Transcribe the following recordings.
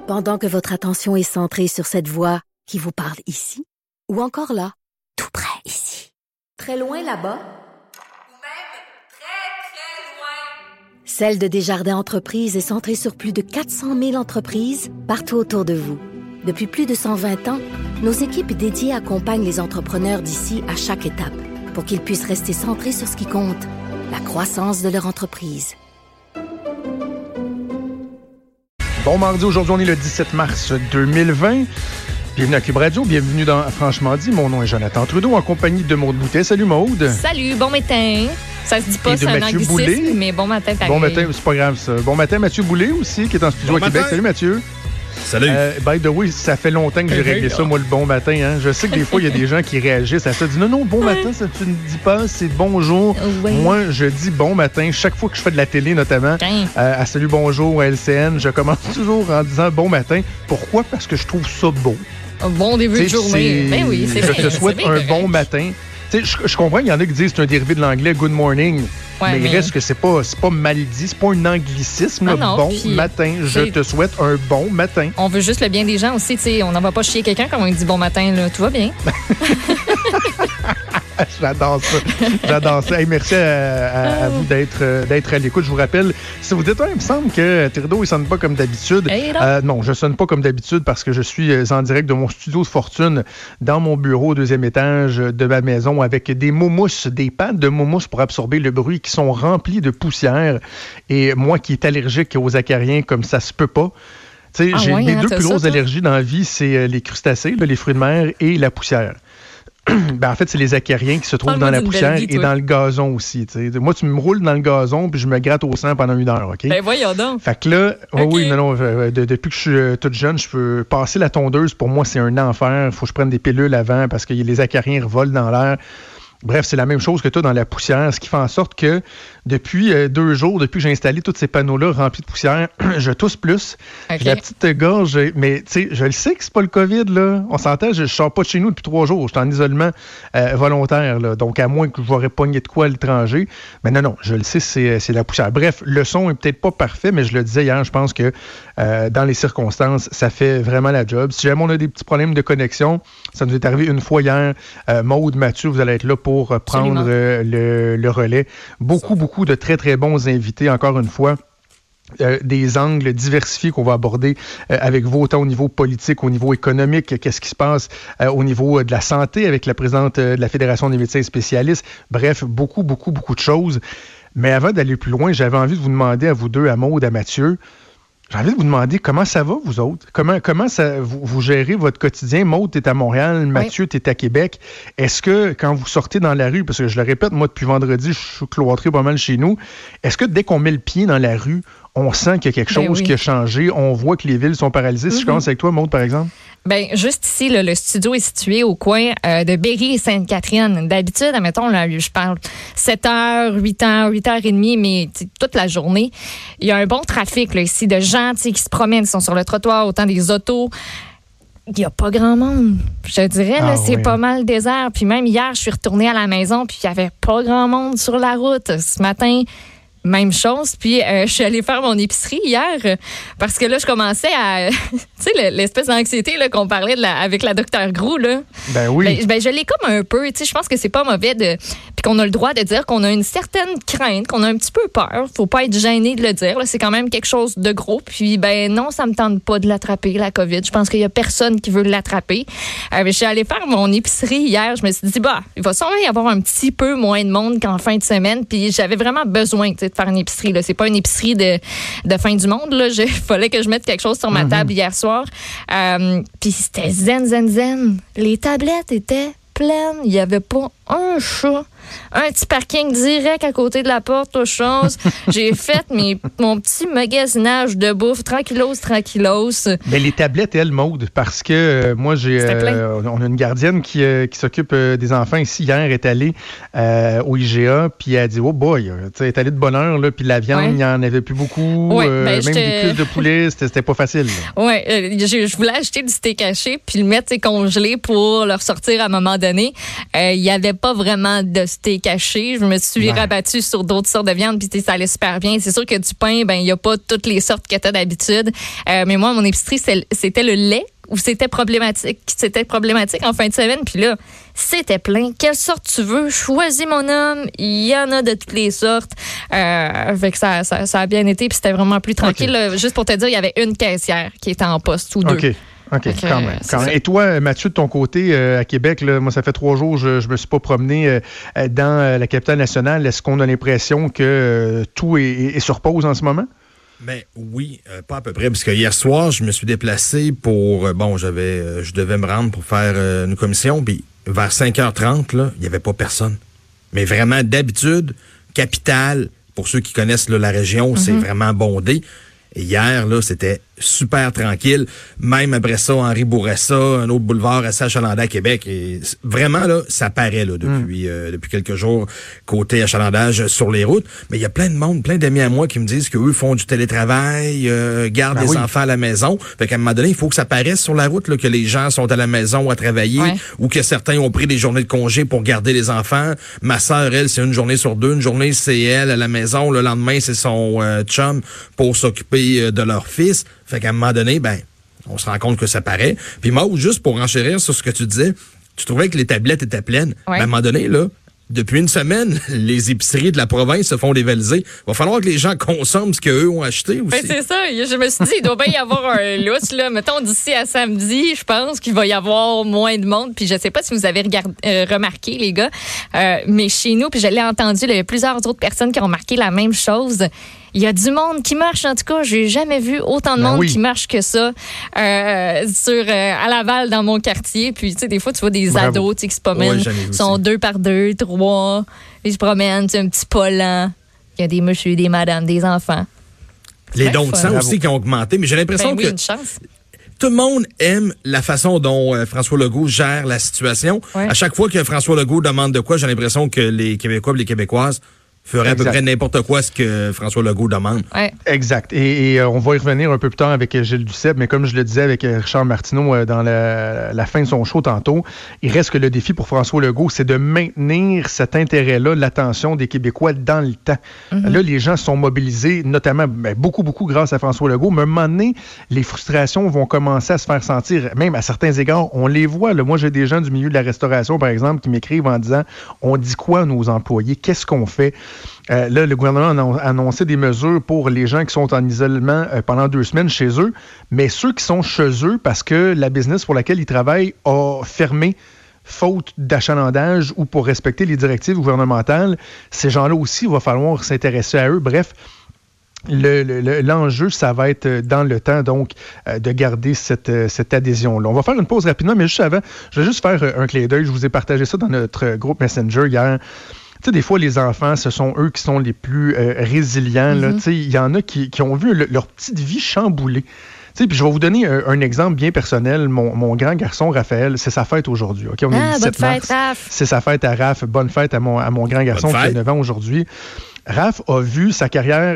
Pendant que votre attention est centrée sur cette voix qui vous parle ici, ou encore là, tout près ici, très loin là-bas, ou même très, très loin, Celle de Desjardins Entreprises est centrée sur plus de 400 000 entreprises partout autour de vous. Depuis plus de 120 ans, nos équipes dédiées accompagnent les entrepreneurs d'ici à chaque étape pour qu'ils puissent rester centrés sur ce qui compte, la croissance de leur entreprise. Bon mardi, aujourd'hui on est le 17 mars 2020. Bienvenue à Cube Radio, bienvenue dans Franchement dit. Mon nom est Jonathan Trudeau en compagnie de Maude Boutet. Salut Maude. Salut, bon matin. Ça se dit pas, c'est un anglicisme, mais bon matin pareil. Bon matin, c'est pas grave ça. Bon matin Mathieu Boulay aussi qui est en studio à Québec. Salut Mathieu. Salut. By the way, ça fait longtemps que j'ai réglé ça, moi, le bon matin. Hein. Je sais que des fois, il y a des gens qui réagissent à ça. Disent non, bon matin, ça tu ne dis pas, c'est bonjour. Oui. Moi, je dis bon matin. Chaque fois que je fais de la télé, notamment, à Salut Bonjour, à LCN, je commence toujours en disant bon matin. Pourquoi? Parce que je trouve ça beau. Un bon début de journée. Ben oui, c'est Je te souhaite un bon matin. Je comprends qu'il y en a qui disent que c'est un dérivé de l'anglais good morning. Ouais, mais il reste que c'est pas mal dit, c'est pas un anglicisme. Ah non, bon matin, je te souhaite un bon matin. On veut juste le bien des gens aussi, tu sais, on n'en va pas chier quelqu'un quand on dit bon matin, là, tout va bien. J'adore ça. J'adore ça. Hey, merci à vous d'être à l'écoute. Je vous rappelle, si vous dites, il me semble que Trudeau, il sonne pas comme d'habitude. Non, je sonne pas comme d'habitude parce que je suis en direct de mon studio de fortune dans mon bureau au 2e étage de ma maison avec des mousses, des pattes de moumousse pour absorber le bruit qui sont remplis de poussière. Et moi qui est allergique aux acariens comme ça se peut pas, mes deux plus grosses allergies dans la vie, c'est les crustacés, les fruits de mer et la poussière. En fait, c'est les acariens qui se trouvent dans la poussière et dans le gazon aussi. T'sais. Moi, tu me roules dans le gazon puis je me gratte au sang pendant 1 heure, OK? Ben voyons donc. Fait que là, okay. Depuis que je suis toute jeune, je peux passer la tondeuse. Pour moi, c'est un enfer. Il faut que je prenne des pilules avant parce que les acariens revolent dans l'air. Bref, c'est la même chose que toi dans la poussière, ce qui fait en sorte que depuis 2 jours, depuis que j'ai installé tous ces panneaux-là remplis de poussière, je tousse plus. Okay. J'ai la petite gorge, mais tu sais, je le sais que c'est pas le COVID, là. On s'entend, je sors pas de chez nous depuis 3 jours. Je suis en isolement volontaire, là. Donc, à moins que je j'aurais pogné de quoi à l'étranger. Mais non, je le sais, c'est la poussière. Bref, le son est peut-être pas parfait, mais je le disais hier, je pense que dans les circonstances, ça fait vraiment la job. Si jamais on a des petits problèmes de connexion, ça nous est arrivé une fois hier. Maude, Mathieu, vous allez être là pour prendre le relais. Beaucoup de très, très bons invités, encore une fois. Des angles diversifiés qu'on va aborder avec vous, autant au niveau politique, au niveau économique, qu'est-ce qui se passe au niveau de la santé avec la présidente de la Fédération des médecins spécialistes. Bref, beaucoup de choses. Mais avant d'aller plus loin, j'avais envie de vous demander à vous deux, à Maude, à Mathieu, j'ai envie de vous demander comment ça va, vous autres? Comment ça, vous gérez votre quotidien? Maude, t'es à Montréal, Mathieu, t'es à Québec. Est-ce que quand vous sortez dans la rue, parce que je le répète, moi, depuis vendredi, je suis cloîtré pas mal chez nous, est-ce que dès qu'on met le pied dans la rue, on sent qu'il y a quelque chose qui a changé? On voit que les villes sont paralysées. Si je commence avec toi, Maude, par exemple? Bien, juste ici, là, le studio est situé au coin de Berry et Sainte-Catherine. D'habitude, admettons, là, je parle 7h, 8h, 8h30, mais toute la journée. Il y a un bon trafic là, ici de gens qui se promènent, qui sont sur le trottoir, autant des autos. Il n'y a pas grand monde. Je te dirais, là, c'est pas mal désert. Puis même hier, je suis retournée à la maison, puis il n'y avait pas grand monde sur la route. Ce matin, même chose. Puis, je suis allée faire mon épicerie hier parce que là, je commençais à... tu sais, l'espèce d'anxiété là, qu'on parlait avec la Dr. Grou, là. Ben oui. Ben, je l'ai comme un peu. Tu sais, je pense que c'est pas mauvais puis qu'on a le droit de dire qu'on a une certaine crainte, qu'on a un petit peu peur. Faut pas être gêné de le dire. Là. C'est quand même quelque chose de gros. Puis, ben non, ça me tente pas de l'attraper, la COVID. Je pense qu'il y a personne qui veut l'attraper. Je suis allée faire mon épicerie hier. Je me suis dit, il va sûrement y avoir un petit peu moins de monde qu'en fin de semaine. Puis, j'avais vraiment besoin, tu sais, de faire une épicerie. Là. C'est pas une épicerie de fin du monde. Il fallait que je mette quelque chose sur ma table hier soir. Puis c'était zen. Les tablettes étaient pleines. Il n'y avait pas un chat. Un petit parking direct à côté de la porte aux choses. J'ai fait mon petit magasinage de bouffe, tranquillos. Mais les tablettes, elles, Maude, parce que moi, on a une gardienne qui s'occupe des enfants ici. Hier, elle est allée au IGA, puis elle a dit, oh boy, elle est allée de bonne heure, puis la viande, il n'y en avait plus beaucoup. Même des cuisses de poulet, c'était pas facile. Oui, je voulais acheter du steak haché, puis le mettre congelé pour le ressortir à un moment donné. Il y avait avait pas vraiment de steak haché. Je me suis rabattue sur d'autres sortes de viande, puis ça allait super bien. C'est sûr que du pain, ben il y a pas toutes les sortes que tu as d'habitude. Mais moi, mon épicerie, c'était le lait. Où c'était problématique en fin de semaine, puis là, c'était plein. Quelle sorte tu veux? Choisis, mon homme. Il y en a de toutes les sortes. Fait que ça a bien été, puis c'était vraiment plus tranquille. Okay. Là, juste pour te dire, il y avait une caissière qui était en poste, ou deux. OK, quand même. Et toi, Mathieu, de ton côté, à Québec, là, moi, ça fait 3 jours, je me suis pas promené dans la capitale nationale. Est-ce qu'on a l'impression que tout est sur pause en ce moment? Ben oui, pas à peu près, parce que hier soir, je me suis déplacé pour... je devais me rendre pour faire une commission, puis vers 5h30, là, il n'y avait pas personne. Mais vraiment, d'habitude, capitale, pour ceux qui connaissent là, la région, c'est vraiment bondé. Et hier, là, c'était super tranquille. Même après ça, Henri Bourassa, un autre boulevard assez achalandé à Québec. Et vraiment, là, ça paraît là, depuis quelques jours, côté achalandage sur les routes. Mais il y a plein de monde, plein d'amis à moi qui me disent qu'eux font du télétravail, gardent des enfants à la maison. Fait qu'à un moment donné, il faut que ça paraisse sur la route, là, que les gens sont à la maison à travailler ou que certains ont pris des journées de congé pour garder les enfants. Ma sœur, elle, c'est une journée sur 2. Une journée, c'est elle à la maison. Le lendemain, c'est son chum pour s'occuper de leur fils. Fait qu'à un moment donné, ben, on se rend compte que ça paraît. Puis moi, juste pour enchérir sur ce que tu disais, tu trouvais que les tablettes étaient pleines. Ben, à un moment donné, là, depuis une semaine, les épiceries de la province se font dévaliser. Il va falloir que les gens consomment ce qu'eux ont acheté aussi. Ben, c'est ça. Je me suis dit, il doit bien y avoir un lousse, là. Mettons, d'ici à samedi, je pense qu'il va y avoir moins de monde. Puis je sais pas si vous avez remarqué, les gars, mais chez nous, puis je l'ai entendu, il y a plusieurs autres personnes qui ont remarqué la même chose. Il y a du monde qui marche. En tout cas, j'ai jamais vu autant de monde qui marche que ça à Laval, dans mon quartier. Puis, tu sais, des fois, tu vois des ados qui se promènent. Ils sont 2 par 2, 3. Ils se promènent, un petit polant. Il y a des messieurs, des madames, des enfants. Les dons de sang aussi qui ont augmenté. Mais j'ai l'impression que... une chance. Tout le monde aime la façon dont François Legault gère la situation. Ouais. À chaque fois que François Legault demande de quoi, j'ai l'impression que les Québécois et les Québécoises ferait à peu près n'importe quoi ce que François Legault demande. Ouais. Exact. Et on va y revenir un peu plus tard avec Gilles Duceppe, mais comme je le disais avec Richard Martineau dans la fin de son show tantôt, il reste que le défi pour François Legault, c'est de maintenir cet intérêt-là, l'attention des Québécois dans le temps. Là, les gens sont mobilisés, notamment beaucoup grâce à François Legault, mais à un moment donné, les frustrations vont commencer à se faire sentir, même à certains égards, on les voit. Là. Moi, j'ai des gens du milieu de la restauration, par exemple, qui m'écrivent en disant, on dit quoi à nos employés? Qu'est-ce qu'on fait? Là, le gouvernement a annoncé des mesures pour les gens qui sont en isolement pendant 2 semaines chez eux, mais ceux qui sont chez eux parce que la business pour laquelle ils travaillent a fermé faute d'achalandage ou pour respecter les directives gouvernementales, ces gens-là aussi, il va falloir s'intéresser à eux. Bref, l'enjeu, ça va être dans le temps, donc, de garder cette adhésion-là. On va faire une pause rapidement, mais juste avant, je vais juste faire un clin d'œil. Je vous ai partagé ça dans notre groupe Messenger hier. Tu sais, des fois, les enfants, ce sont eux qui sont les plus résilients. Tu sais, il y en a qui ont vu leur petite vie chamboulée. Tu sais, puis je vais vous donner un exemple bien personnel. Mon grand garçon, Raphaël, c'est sa fête aujourd'hui. OK? On est le 17 mars. Raph. C'est sa fête à Raph. Bonne fête à mon grand garçon qui a 9 ans aujourd'hui. Raph a vu sa carrière.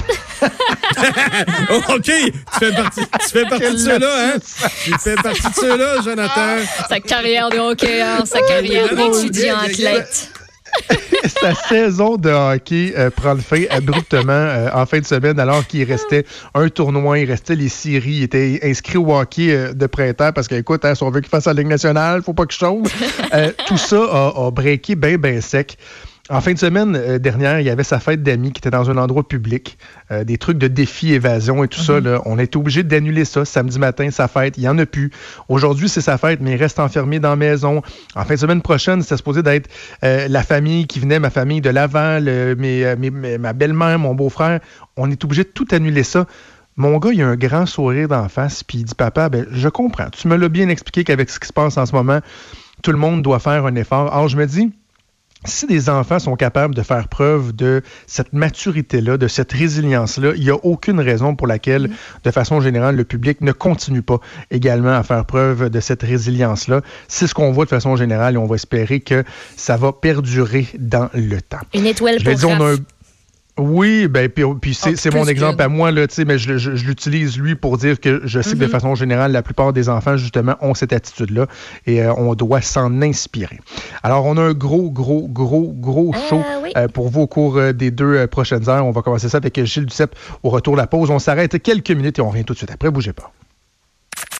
Oh, OK, tu fais partie de ceux-là, hein? Tu fais partie de ceux-là, Jonathan. Sa carrière de hockey, sa carrière d'étudiant athlète. Sa saison de hockey prend le fin abruptement en fin de semaine, alors qu'il restait un tournoi, il restait les séries, il était inscrit au hockey de printemps parce qu'écoute, si on veut qu'il fasse la Ligue nationale, faut pas que je tombe. Tout ça a breaké bien sec. En fin de semaine dernière, il y avait sa fête d'amis qui était dans un endroit public, des trucs de défi, évasion et tout ça. Là. On a été obligé d'annuler ça samedi matin, sa fête. Il n'y en a plus. Aujourd'hui, c'est sa fête, mais il reste enfermé dans la maison. En fin de semaine prochaine, c'était supposé d'être la famille qui venait, ma famille de Laval, ma belle-mère, mon beau-frère. On est obligé de tout annuler ça. Mon gars, il a un grand sourire d'en face, puis il dit, papa, je comprends. Tu me l'as bien expliqué qu'avec ce qui se passe en ce moment, tout le monde doit faire un effort. Alors, je me dis, si des enfants sont capables de faire preuve de cette maturité-là, de cette résilience-là, il n'y a aucune raison pour laquelle, de façon générale, le public ne continue pas également à faire preuve de cette résilience-là. C'est ce qu'on voit de façon générale et on va espérer que ça va perdurer dans le temps. Une étoile pour Raph. Oui, ben puis c'est mon exemple à moi là, tu sais, mais je l'utilise lui pour dire que je sais que de façon générale, la plupart des enfants justement ont cette attitude-là et on doit s'en inspirer. Alors on a un gros show pour vous au cours des 2 prochaines heures. On va commencer ça avec Gilles Duceppe au retour de la pause. On s'arrête quelques minutes et on revient tout de suite après. Bougez pas.